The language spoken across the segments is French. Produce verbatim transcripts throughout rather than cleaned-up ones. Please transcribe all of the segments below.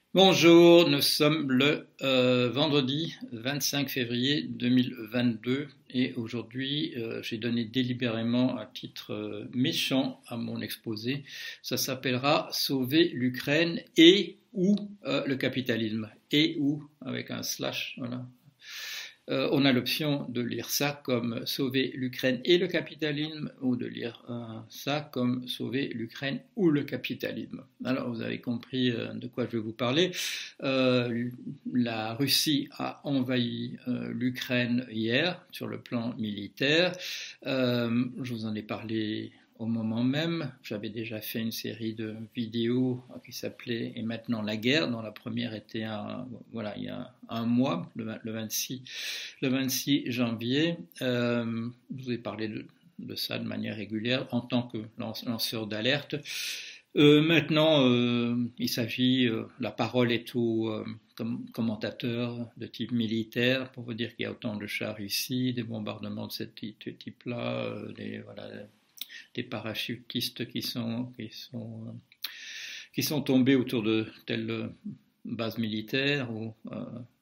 Bonjour, nous sommes le euh, vendredi vingt-cinq février deux mille vingt-deux et aujourd'hui euh, j'ai donné délibérément un titre euh, méchant à mon exposé. Ça s'appellera Sauver l'Ukraine et ou euh, le capitalisme. Et ou avec un slash, voilà. Euh, on a l'option de lire ça comme sauver l'Ukraine et le capitalisme, ou de lire euh, ça comme sauver l'Ukraine ou le capitalisme. Alors vous avez compris euh, de quoi je vais vous parler. Euh, la Russie a envahi euh, l'Ukraine hier sur le plan militaire. Euh, je vous en ai parlé au moment même. J'avais déjà fait une série de vidéos qui s'appelait Et maintenant la guerre, dont la première était un, voilà, il y a un mois, le, le, vingt-six, le vingt-six janvier. Euh, je vous ai parlé de, de ça de manière régulière en tant que lanceur d'alerte. Euh, maintenant, euh, il s'agit, euh, la parole est au euh, com- commentateur de type militaire pour vous dire qu'il y a autant de chars ici, des bombardements de ce type-là, euh, des, voilà, des parachutistes qui sont, qui sont, euh, qui sont tombés autour de telle base militaire ou euh,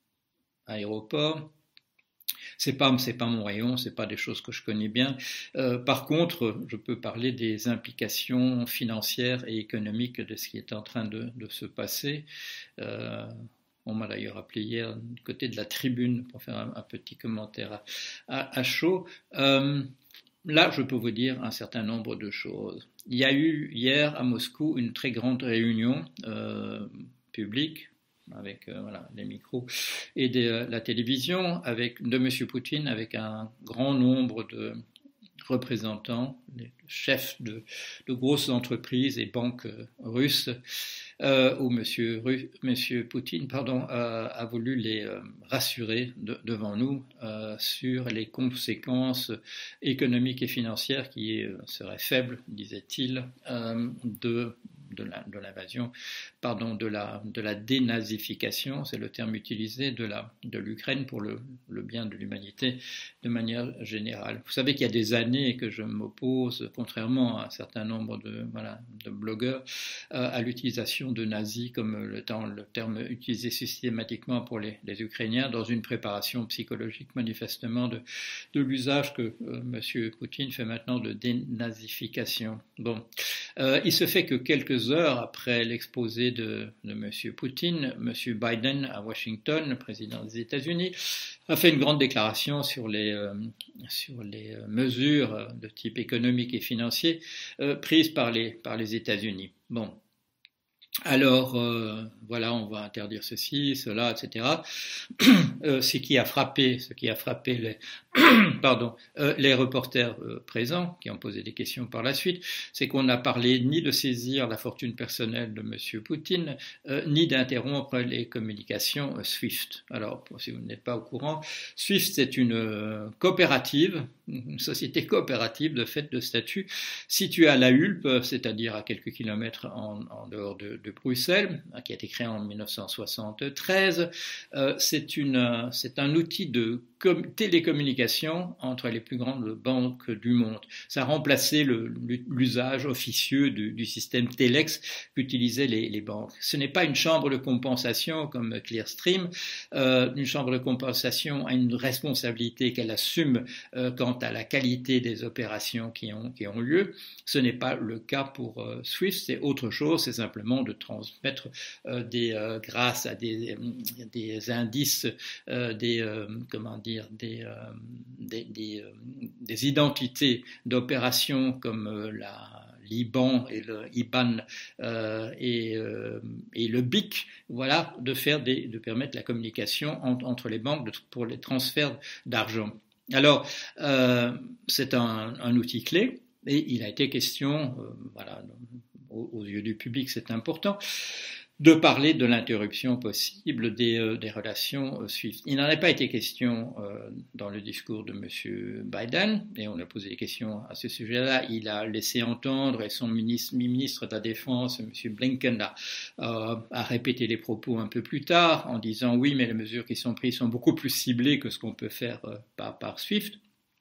aéroport. C'est pas, c'est pas mon rayon, c'est pas des choses que je connais bien. Euh, par contre, je peux parler des implications financières et économiques de ce qui est en train de, de se passer. Euh, on m'a d'ailleurs appelé hier du côté de la tribune pour faire un, un petit commentaire à, à, à chaud. Euh, Là, je peux vous dire un certain nombre de choses. Il y a eu hier à Moscou une très grande réunion euh, publique avec euh, voilà, les micros et de, euh, la télévision avec, de M. Poutine avec un grand nombre de représentants, les chefs de, de grosses entreprises et banques euh, russes, euh, où Monsieur, Ru, Monsieur Poutine pardon, euh, a voulu les euh, rassurer de, devant nous euh, sur les conséquences économiques et financières qui euh, seraient faibles, disait-il, euh, de de l'invasion, pardon, de la, de la dénazification, c'est le terme utilisé, de, la, de l'Ukraine pour le, le bien de l'humanité de manière générale. Vous savez qu'il y a des années que je m'oppose, contrairement à un certain nombre de, voilà, de blogueurs, euh, à l'utilisation de nazi comme le, le terme utilisé systématiquement pour les, les Ukrainiens dans une préparation psychologique manifestement de, de l'usage que euh, M. Poutine fait maintenant de dénazification. Bon, euh, il se fait que quelques heures après l'exposé de, de M. Poutine, M. Biden à Washington, le président des États-Unis, a fait une grande déclaration sur les, euh, sur les mesures de type économique et financier euh, prises par les, par les États-Unis. Bon. Alors, euh, voilà, on va interdire ceci, cela, et cetera. Euh, ce qui a frappé, ce qui a frappé les, pardon, euh, les reporters euh, présents, qui ont posé des questions par la suite, c'est qu'on n'a parlé ni de saisir la fortune personnelle de M. Poutine, euh, ni d'interrompre les communications euh, SWIFT. Alors, si vous n'êtes pas au courant, SWIFT, c'est une euh, coopérative, une société coopérative de fait de statut, située à La Hulpe, c'est-à-dire à quelques kilomètres en, en dehors de, de Bruxelles, qui a été créée en mille neuf cent soixante-treize. Euh, c'est, une, c'est un outil de com- télécommunication entre les plus grandes banques du monde. Ça a remplacé le, l'usage officieux du, du système Telex qu'utilisaient les, les banques. Ce n'est pas une chambre de compensation comme Clearstream. Euh, une chambre de compensation a une responsabilité qu'elle assume euh, quant à la qualité des opérations qui ont, qui ont lieu. Ce n'est pas le cas pour euh, SWIFT, c'est autre chose, c'est simplement de transmettre euh, des, euh, grâce à des, des indices, euh, des, euh, comment dire, des, euh, des, des, euh, des identités d'opérations comme euh, la l'I B A N et le I B A N euh, et, euh, et le B I C, voilà, de, faire des, de permettre la communication en, entre les banques de, pour les transferts d'argent. Alors, euh, c'est un, un outil clé et il a été question, euh, voilà, aux, aux yeux du public, c'est important, de parler de l'interruption possible des, euh, des relations euh, SWIFT. Il n'en a pas été question euh, dans le discours de M. Biden, et on a posé des questions à ce sujet-là. Il a laissé entendre, et son ministre, ministre de la Défense, M. Blinken, a, euh, a répété les propos un peu plus tard, en disant oui, mais les mesures qui sont prises sont beaucoup plus ciblées que ce qu'on peut faire euh, par, par SWIFT.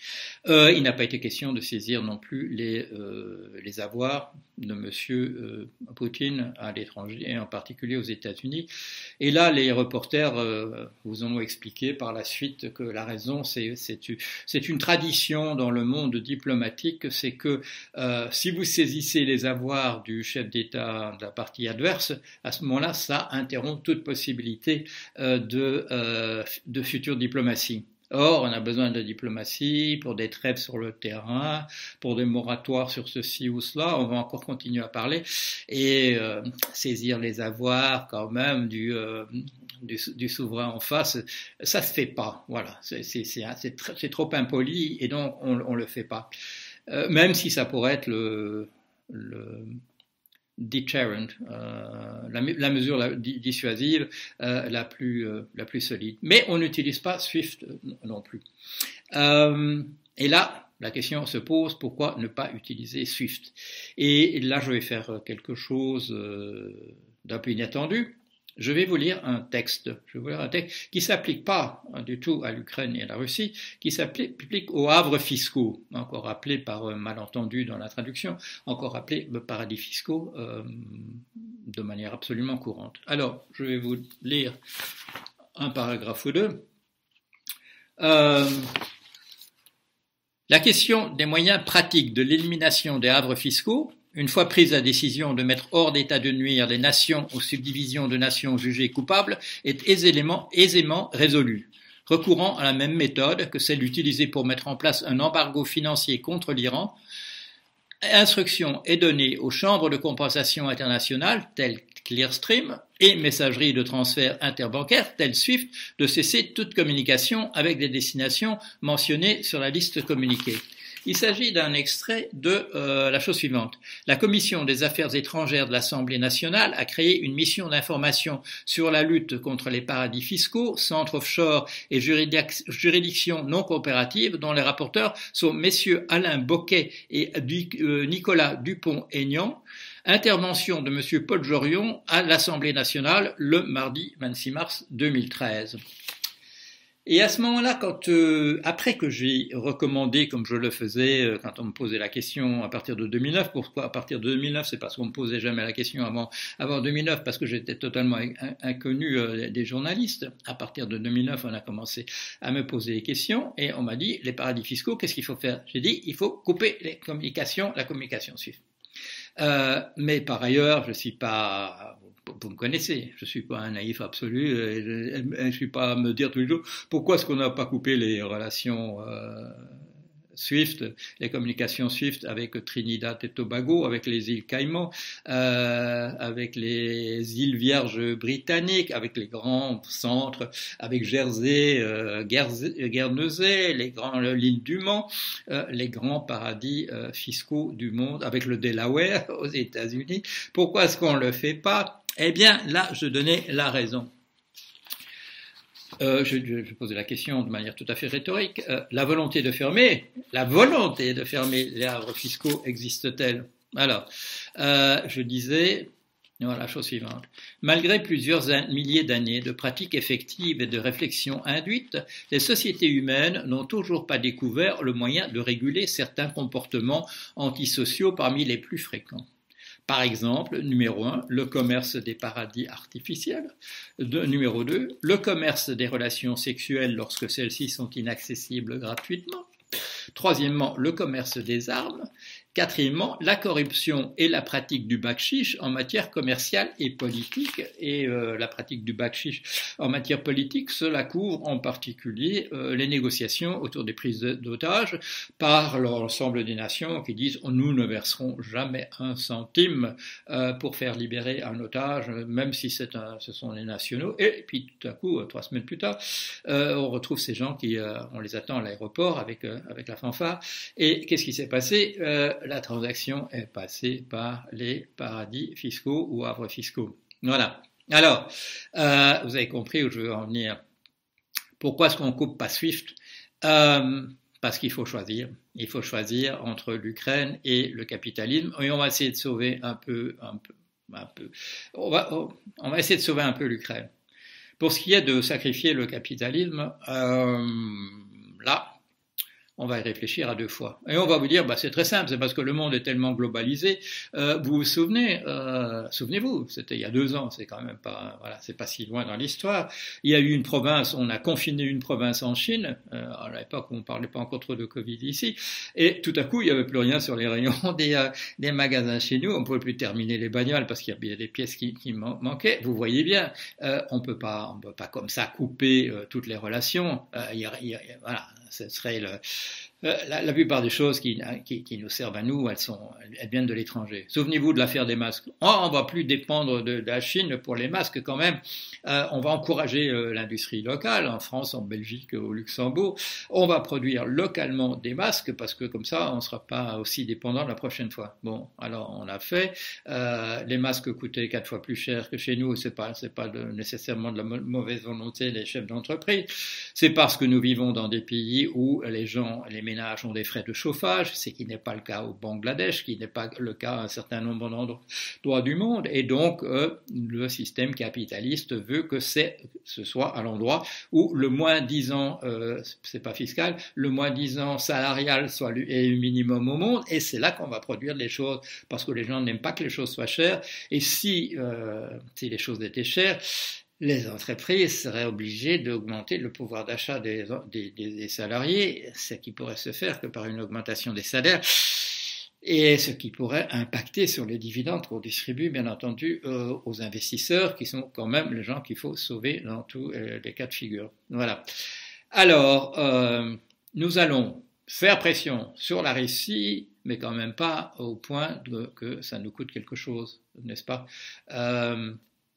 Euh, il n'a pas été question de saisir non plus les, euh, les avoirs de M. Euh, Poutine à l'étranger, et en particulier aux États-Unis. Et là, les reporters euh, vous ont expliqué par la suite que la raison, c'est, c'est, c'est une tradition dans le monde diplomatique, c'est que euh, si vous saisissez les avoirs du chef d'État de la partie adverse, à ce moment-là, ça interrompt toute possibilité euh, de, euh, de future diplomatie. Or, on a besoin de diplomatie pour des trêves sur le terrain, pour des moratoires sur ceci ou cela. On va encore continuer à parler et euh, saisir les avoirs quand même du, euh, du, du souverain en face. Ça se fait pas. Voilà, c'est, c'est, c'est, c'est, tr- c'est trop impoli et donc on, on le fait pas. Euh, même si ça pourrait être le, le deterrent, euh, la, la mesure la, dissuasive euh, la, plus, euh, la plus solide. Mais on n'utilise pas Swift non plus. Euh, et là, la question se pose, pourquoi ne pas utiliser Swift? Et là, je vais faire quelque chose euh, d'un peu inattendu. Je vais vous lire un texte, je vais vous lire un texte qui ne s'applique pas du tout à l'Ukraine et à la Russie, qui s'applique aux havres fiscaux, encore appelés par euh, malentendu dans la traduction, encore appelés paradis fiscaux euh, de manière absolument courante. Alors, je vais vous lire un paragraphe ou deux. Euh, la question des moyens pratiques de l'élimination des havres fiscaux, une fois prise la décision de mettre hors d'état de nuire les nations aux subdivisions de nations jugées coupables, est aisément, aisément résolue, recourant à la même méthode que celle utilisée pour mettre en place un embargo financier contre l'Iran. Instruction est donnée aux chambres de compensation internationales, telles Clearstream, et messageries de transfert interbancaire, telles Swift, de cesser toute communication avec des destinations mentionnées sur la liste communiquée. Il s'agit d'un extrait de euh, la chose suivante. La Commission des affaires étrangères de l'Assemblée nationale a créé une mission d'information sur la lutte contre les paradis fiscaux, centres offshore et juridic- juridictions non coopératives, dont les rapporteurs sont messieurs Alain Boquet et du- euh, Nicolas Dupont-Aignan. Intervention de monsieur Paul Jorion à l'Assemblée nationale le mardi vingt-six mars deux mille treize. Et à ce moment-là, quand euh, après que j'ai recommandé, comme je le faisais euh, quand on me posait la question à partir de deux mille neuf, pourquoi à partir de deux mille neuf? C'est parce qu'on me posait jamais la question avant, avant deux mille neuf, parce que j'étais totalement inconnu euh, des journalistes. À partir de deux mille neuf, on a commencé à me poser des questions et on m'a dit, les paradis fiscaux, qu'est-ce qu'il faut faire? J'ai dit, il faut couper les communications, la communication Swift. Euh, mais par ailleurs, je suis pas... Vous me connaissez, je suis pas un naïf absolu, je ne suis pas à me dire tous les jours pourquoi est-ce qu'on n'a pas coupé les relations euh, Swift, les communications Swift avec Trinidad et Tobago, avec les îles Caïmans, euh, avec les îles Vierges britanniques, avec les grands centres, avec Jersey, euh, Guernesey, les grands, l'île du Mans, euh, les grands paradis euh, fiscaux du monde, avec le Delaware aux États-Unis. Pourquoi est-ce qu'on le fait pas? Eh bien, là, je donnais la raison. Euh, je, je, je posais la question de manière tout à fait rhétorique. Euh, la volonté de fermer, la volonté de fermer les havres fiscaux existe-t-elle? Alors, euh, je disais, voilà la chose suivante. Malgré plusieurs milliers d'années de pratiques effectives et de réflexions induites, les sociétés humaines n'ont toujours pas découvert le moyen de réguler certains comportements antisociaux parmi les plus fréquents. Par exemple, numéro un, le commerce des paradis artificiels. De, numéro deux, le commerce des relations sexuelles lorsque celles-ci sont inaccessibles gratuitement. Troisièmement, le commerce des armes. Quatrièmement, la corruption et la pratique du bakshish en matière commerciale et politique. Et euh, la pratique du bakshish en matière politique, cela couvre en particulier euh, les négociations autour des prises d'otages par l'ensemble des nations qui disent oh, « nous ne verserons jamais un centime euh, pour faire libérer un otage, même si c'est un, ce sont les nationaux ». Et puis tout à coup, trois semaines plus tard, euh, on retrouve ces gens qui, euh, on les attend à l'aéroport avec, euh, avec la fanfare. Et qu'est-ce qui s'est passé? euh, La transaction est passée par les paradis fiscaux ou havres fiscaux. Voilà. Alors, euh, vous avez compris où je veux en venir. Pourquoi est-ce qu'on ne coupe pas Swift? euh, Parce qu'il faut choisir. Il faut choisir entre l'Ukraine et le capitalisme. Et on va essayer de sauver un peu, un peu, un peu. On va, on va essayer de sauver un peu l'Ukraine. Pour ce qui est de sacrifier le capitalisme, euh, là, on va y réfléchir à deux fois. Et on va vous dire, bah, c'est très simple, c'est parce que le monde est tellement globalisé. Euh, vous vous souvenez, euh, souvenez-vous, c'était il y a deux ans, c'est quand même pas, voilà, c'est pas si loin dans l'histoire. Il y a eu une province, on a confiné une province en Chine, euh, à l'époque où on parlait pas encore trop de Covid ici, et tout à coup, il y avait plus rien sur les rayons des, euh, des magasins chez nous, on pouvait plus terminer les bagnoles parce qu'il y avait des pièces qui, qui manquaient. Vous voyez bien, euh, on peut pas, on peut pas comme ça couper euh, toutes les relations. Euh, il y a, il y a, voilà, ce serait le, euh, la, la plupart des choses qui, qui, qui nous servent à nous, elles sont, elles viennent de l'étranger. Souvenez-vous de l'affaire des masques. Oh, on va plus dépendre de, de la Chine pour les masques quand même. Euh, on va encourager euh, l'industrie locale en France, en Belgique, au Luxembourg. On va produire localement des masques parce que comme ça, on ne sera pas aussi dépendant la prochaine fois. Bon, alors on a fait. Euh, les masques coûtaient quatre fois plus cher que chez nous. C'est pas, c'est pas de, nécessairement de la mauvaise volonté des chefs d'entreprise. C'est parce que nous vivons dans des pays où les gens, les ménages ont des frais de chauffage, ce qui n'est pas le cas au Bangladesh, qui n'est pas le cas à un certain nombre d'endroits du monde, et donc euh, le système capitaliste veut que c'est, ce soit à l'endroit où le moins disant, euh, c'est pas fiscal, le moins disant salarial soit est le minimum au monde, et c'est là qu'on va produire les choses, parce que les gens n'aiment pas que les choses soient chères, et si, euh, si les choses étaient chères, les entreprises seraient obligées d'augmenter le pouvoir d'achat des, des, des salariés, ce qui pourrait se faire que par une augmentation des salaires, et ce qui pourrait impacter sur les dividendes qu'on distribue, bien entendu, euh, aux investisseurs, qui sont quand même les gens qu'il faut sauver dans tous euh, les cas de figure. Voilà. Alors, euh, nous allons faire pression sur la Russie, mais quand même pas au point de, que ça nous coûte quelque chose, n'est-ce pas? euh,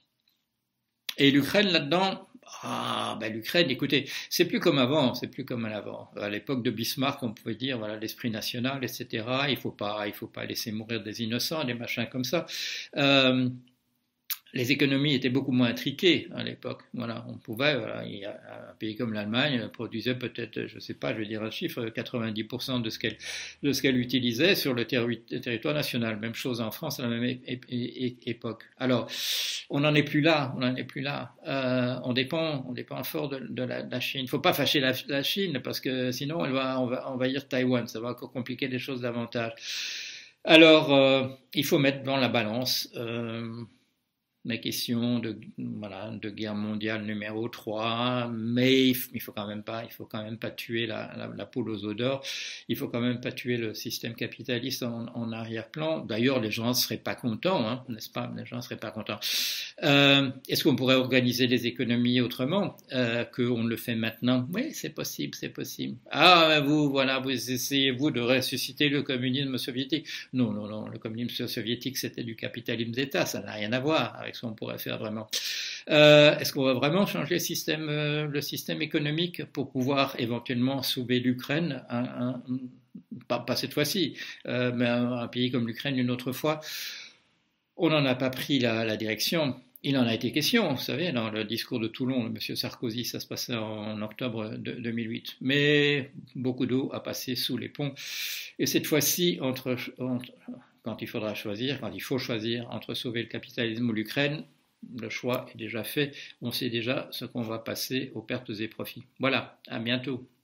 Et l'Ukraine là-dedans, ah ben l'Ukraine, écoutez, c'est plus comme avant, c'est plus comme avant. À l'époque de Bismarck, on pouvait dire voilà l'esprit national, et cetera. Il faut pas, il faut pas laisser mourir des innocents, des machins comme ça. Euh, Les économies étaient beaucoup moins intriquées à l'époque. Voilà, on pouvait, voilà, il y a un pays comme l'Allemagne produisait peut-être, je ne sais pas, je vais dire un chiffre, quatre-vingt-dix pour cent de ce qu'elle de ce qu'elle utilisait sur le terri- territoire national. Même chose en France à la même é- é- é- époque. Alors, on n'en est plus là, on n'en est plus là. Euh, on dépend, on dépend fort de, de, la, de la Chine. Il ne faut pas fâcher la, la Chine parce que sinon elle va, on va envahir Taïwan. Ça va encore compliquer les choses davantage. Alors, euh, il faut mettre dans la balance. Euh, les questions de, voilà, de guerre mondiale numéro trois, mais il faut quand même pas, il faut quand même pas tuer la, la, la poule aux œufs d'or, il faut quand même pas tuer le système capitaliste en, en arrière-plan. D'ailleurs, les gens seraient pas contents, hein, n'est-ce pas? Les gens seraient pas contents. Euh, est-ce qu'on pourrait organiser les économies autrement euh, qu'on le fait maintenant? Oui, c'est possible, c'est possible. Ah, vous, voilà, vous essayez vous de ressusciter le communisme soviétique? Non, non, non, le communisme soviétique c'était du capitalisme d'État, ça n'a rien à voir avec ce qu'on pourrait faire vraiment. Euh, est-ce qu'on va vraiment changer le système, euh, le système économique pour pouvoir éventuellement sauver l'Ukraine, un, un, pas, pas cette fois-ci, euh, mais un, un pays comme l'Ukraine une autre fois? On n'en a pas pris la, la direction. Il en a été question, vous savez, dans le discours de Toulon, M. Sarkozy, ça se passait en octobre de deux mille huit. Mais beaucoup d'eau a passé sous les ponts. Et cette fois-ci, entre, entre, quand il faudra choisir, quand il faut choisir entre sauver le capitalisme ou l'Ukraine, le choix est déjà fait. On sait déjà ce qu'on va passer aux pertes et profits. Voilà, à bientôt.